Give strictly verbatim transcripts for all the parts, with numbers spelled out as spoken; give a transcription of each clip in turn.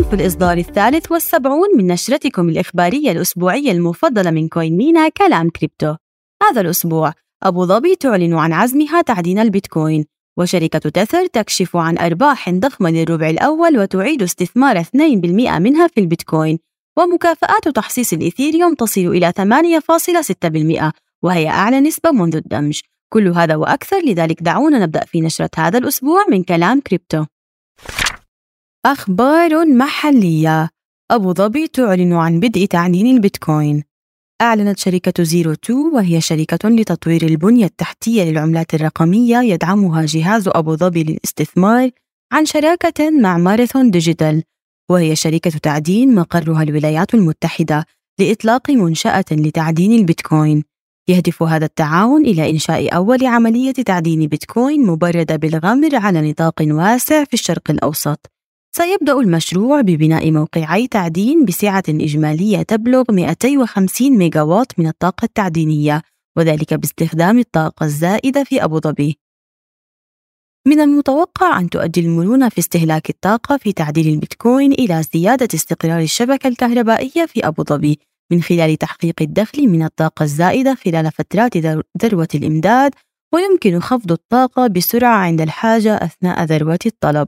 في الإصدار الثالث والسبعون من نشرتكم الإخبارية الأسبوعية المفضلة من كوينمينا كلام كريبتو. هذا الأسبوع أبو ظبي تعلن عن عزمها تعدين البيتكوين، وشركة تثر تكشف عن أرباح ضخمة للربع الأول وتعيد استثمار اثنين بالمئة منها في البيتكوين، ومكافآت تحصيص الإيثيريوم تصل إلى ثمانية فاصلة ستة بالمئة وهي أعلى نسبة منذ الدمج. كل هذا وأكثر، لذلك دعونا نبدأ في نشرة هذا الأسبوع من كلام كريبتو. أخبار محلية. أبو ظبي تعلن عن بدء تعدين البيتكوين. أعلنت شركة زيرو تو، وهي شركة لتطوير البنية التحتية للعملات الرقمية يدعمها جهاز أبو ظبي للاستثمار، عن شراكة مع ماراثون ديجيتال، وهي شركة تعدين مقرها الولايات المتحدة، لإطلاق منشأة لتعدين البيتكوين. يهدف هذا التعاون إلى إنشاء أول عملية تعدين بيتكوين مبردة بالغمر على نطاق واسع في الشرق الأوسط. سيبدأ المشروع ببناء موقعي تعدين بسعة إجمالية تبلغ مئتين وخمسين ميجاوات من الطاقة التعدينية، وذلك باستخدام الطاقة الزائدة في أبو ظبي. من المتوقع أن تؤدي المرونة في استهلاك الطاقة في تعدين البيتكوين إلى زيادة استقرار الشبكة الكهربائية في أبو ظبي من خلال تحقيق الدخل من الطاقة الزائدة خلال فترات ذروة الإمداد، ويمكن خفض الطاقة بسرعة عند الحاجة أثناء ذروة الطلب.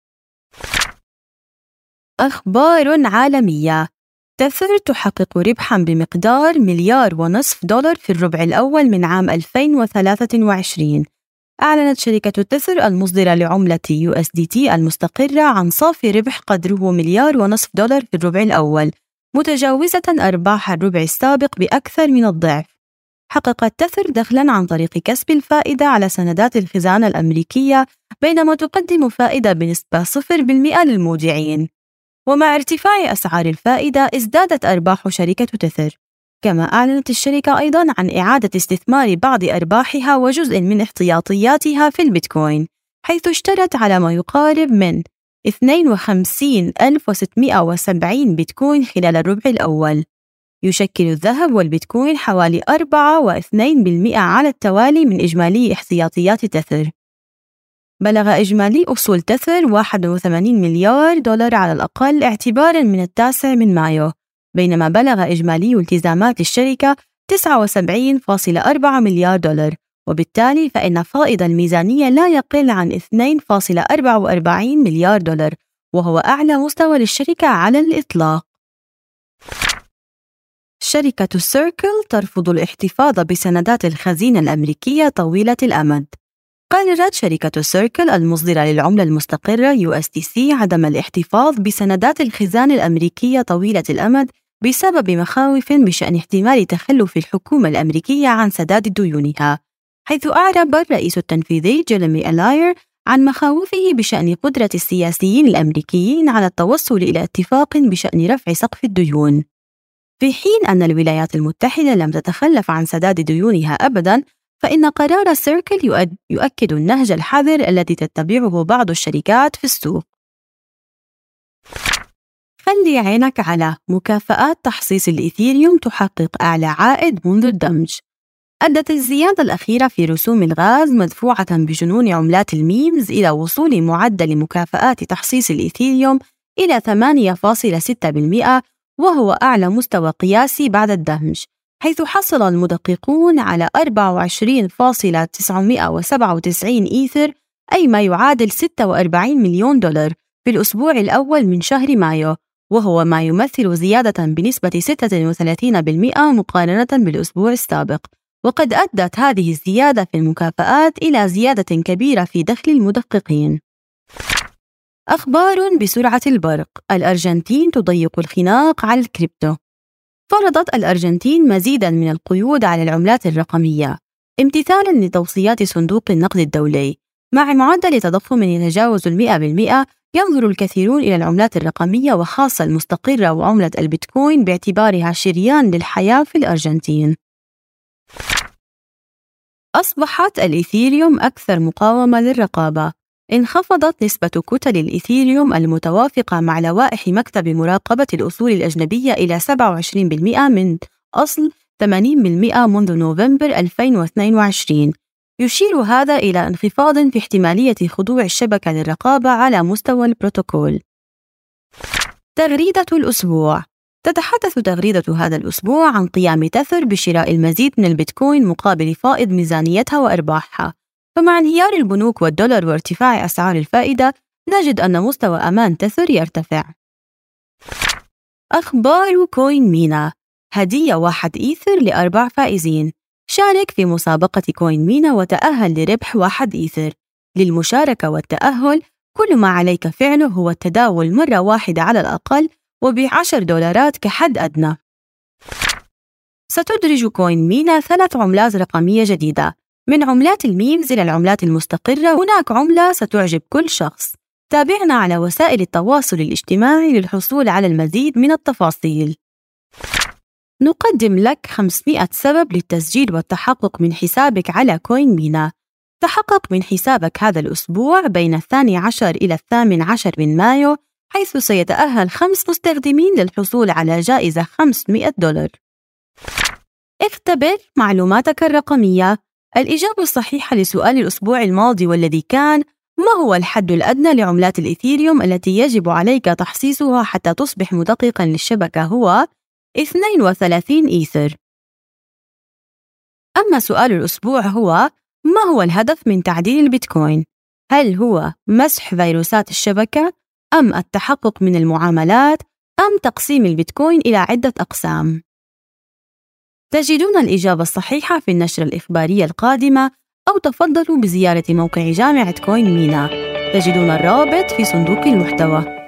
أخبار عالمية. تثر تحقق ربحاً بمقدار مليار ونصف دولار في الربع الأول من عام ألفين وثلاثة وعشرين. أعلنت شركة تثر المصدرة لعملة يو إس دي تي المستقرة عن صافي ربح قدره مليار ونصف دولار في الربع الأول، متجاوزة أرباح الربع السابق بأكثر من الضعف. حققت تثر دخلاً عن طريق كسب الفائدة على سندات الخزانة الأمريكية، بينما تقدم فائدة بنسبة صفر بالمئة للمودعين. ومع ارتفاع أسعار الفائدة ازدادت أرباح شركة تثر. كما أعلنت الشركة أيضاً عن إعادة استثمار بعض أرباحها وجزء من احتياطياتها في البيتكوين، حيث اشترت على ما يقارب من اثنين وخمسين ألف وستمئة وسبعين بيتكوين خلال الربع الأول. يشكل الذهب والبيتكوين حوالي أربعة فاصلة اثنين بالمئة على التوالي من إجمالي احتياطيات تثر. بلغ إجمالي أصول تثر واحد وثمانين مليار دولار على الأقل اعتباراً من التاسع من مايو، بينما بلغ إجمالي التزامات الشركة تسعة وسبعين فاصلة أربعة مليار دولار، وبالتالي فإن فائض الميزانية لا يقل عن اثنين فاصلة أربعة وأربعين مليار دولار، وهو أعلى مستوى للشركة على الإطلاق. شركة سيركل ترفض الاحتفاظ بسندات الخزينة الأمريكية طويلة الأمد. قررت شركة سيركل المصدرة للعملة المستقرة يو إس دي سي عدم الاحتفاظ بسندات الخزانة الأمريكية طويلة الأمد بسبب مخاوف بشأن احتمال تخلف الحكومة الأمريكية عن سداد ديونها، حيث أعرب الرئيس التنفيذي جيريمي ألاير عن مخاوفه بشأن قدرة السياسيين الأمريكيين على التوصل إلى اتفاق بشأن رفع سقف الديون. في حين أن الولايات المتحدة لم تتخلف عن سداد ديونها أبداً، فإن قرار سيركل يؤكد النهج الحذر الذي تتبعه بعض الشركات في السوق. خلي عينك على مكافآت تحصيص الإيثيريوم تحقق أعلى عائد منذ الدمج. أدت الزيادة الأخيرة في رسوم الغاز مدفوعة بجنون عملات الميمز إلى وصول معدل مكافآت تحصيص الإيثيريوم إلى ثمانية فاصلة ستة بالمئة، وهو أعلى مستوى قياسي بعد الدمج، حيث حصل المدققون على أربعة وعشرين فاصلة تسعمئة وسبعة وتسعين إيثر، أي ما يعادل ستة وأربعين مليون دولار في الأسبوع الأول من شهر مايو، وهو ما يمثل زيادة بنسبة ستة وثلاثين بالمئة مقارنة بالأسبوع السابق. وقد أدت هذه الزيادة في المكافآت إلى زيادة كبيرة في دخل المدققين. أخبار بسرعة البرق. الأرجنتين تضيق الخناق على الكريبتو. فرضت الأرجنتين مزيداً من القيود على العملات الرقمية امتثالاً لتوصيات صندوق النقد الدولي. مع معدل تضخم يتجاوز المئة بالمئة، ينظر الكثيرون إلى العملات الرقمية وخاصة المستقرة وعملة البيتكوين باعتبارها شريان للحياة في الأرجنتين. أصبحت الإيثيريوم أكثر مقاومة للرقابة. انخفضت نسبة كتل الإيثيريوم المتوافقة مع لوائح مكتب مراقبة الأصول الأجنبية إلى سبعة وعشرين بالمئة من أصل ثمانين بالمئة منذ نوفمبر ألفين واثنين وعشرين. يشير هذا إلى انخفاض في احتمالية خضوع الشبكة للرقابة على مستوى البروتوكول. تغريدة الأسبوع. تتحدث تغريدة هذا الأسبوع عن قيام تثر بشراء المزيد من البيتكوين مقابل فائض ميزانيتها وأرباحها. فمع انهيار البنوك والدولار وارتفاع أسعار الفائدة، نجد أن مستوى أمان تثر يرتفع. أخبار كوين مينا. هدية واحد إيثر لأربع فائزين. شارك في مسابقة كوين مينا وتأهل لربح واحد إيثر. للمشاركة والتأهل كل ما عليك فعله هو التداول مرة واحدة على الأقل وبعشر دولارات كحد أدنى. ستدرج كوين مينا ثلاث عملات رقمية جديدة، من عملات الميمز إلى العملات المستقرة. هناك عملة ستعجب كل شخص. تابعنا على وسائل التواصل الاجتماعي للحصول على المزيد من التفاصيل. نقدم لك خمسمائة سبب للتسجيل والتحقق من حسابك على كوين مينا. تحقق من حسابك هذا الأسبوع بين الثاني عشر إلى الثامن عشر من مايو، حيث سيتأهل خمس مستخدمين للحصول على جائزة خمسمائة دولار. اختبر معلوماتك الرقمية. الإجابة الصحيحة لسؤال الأسبوع الماضي والذي كان: ما هو الحد الأدنى لعملات الإيثيريوم التي يجب عليك تحصيصها حتى تصبح مدققاً للشبكة؟ هو اثنين وثلاثين إيثر. أما سؤال الأسبوع هو: ما هو الهدف من تعديل البيتكوين؟ هل هو مسح فيروسات الشبكة، أم التحقق من المعاملات، أم تقسيم البيتكوين إلى عدة أقسام؟ تجدون الإجابة الصحيحة في النشرة الإخبارية القادمة، أو تفضلوا بزيارة موقع جامعة كوين مينا. تجدون الرابط في صندوق المحتوى.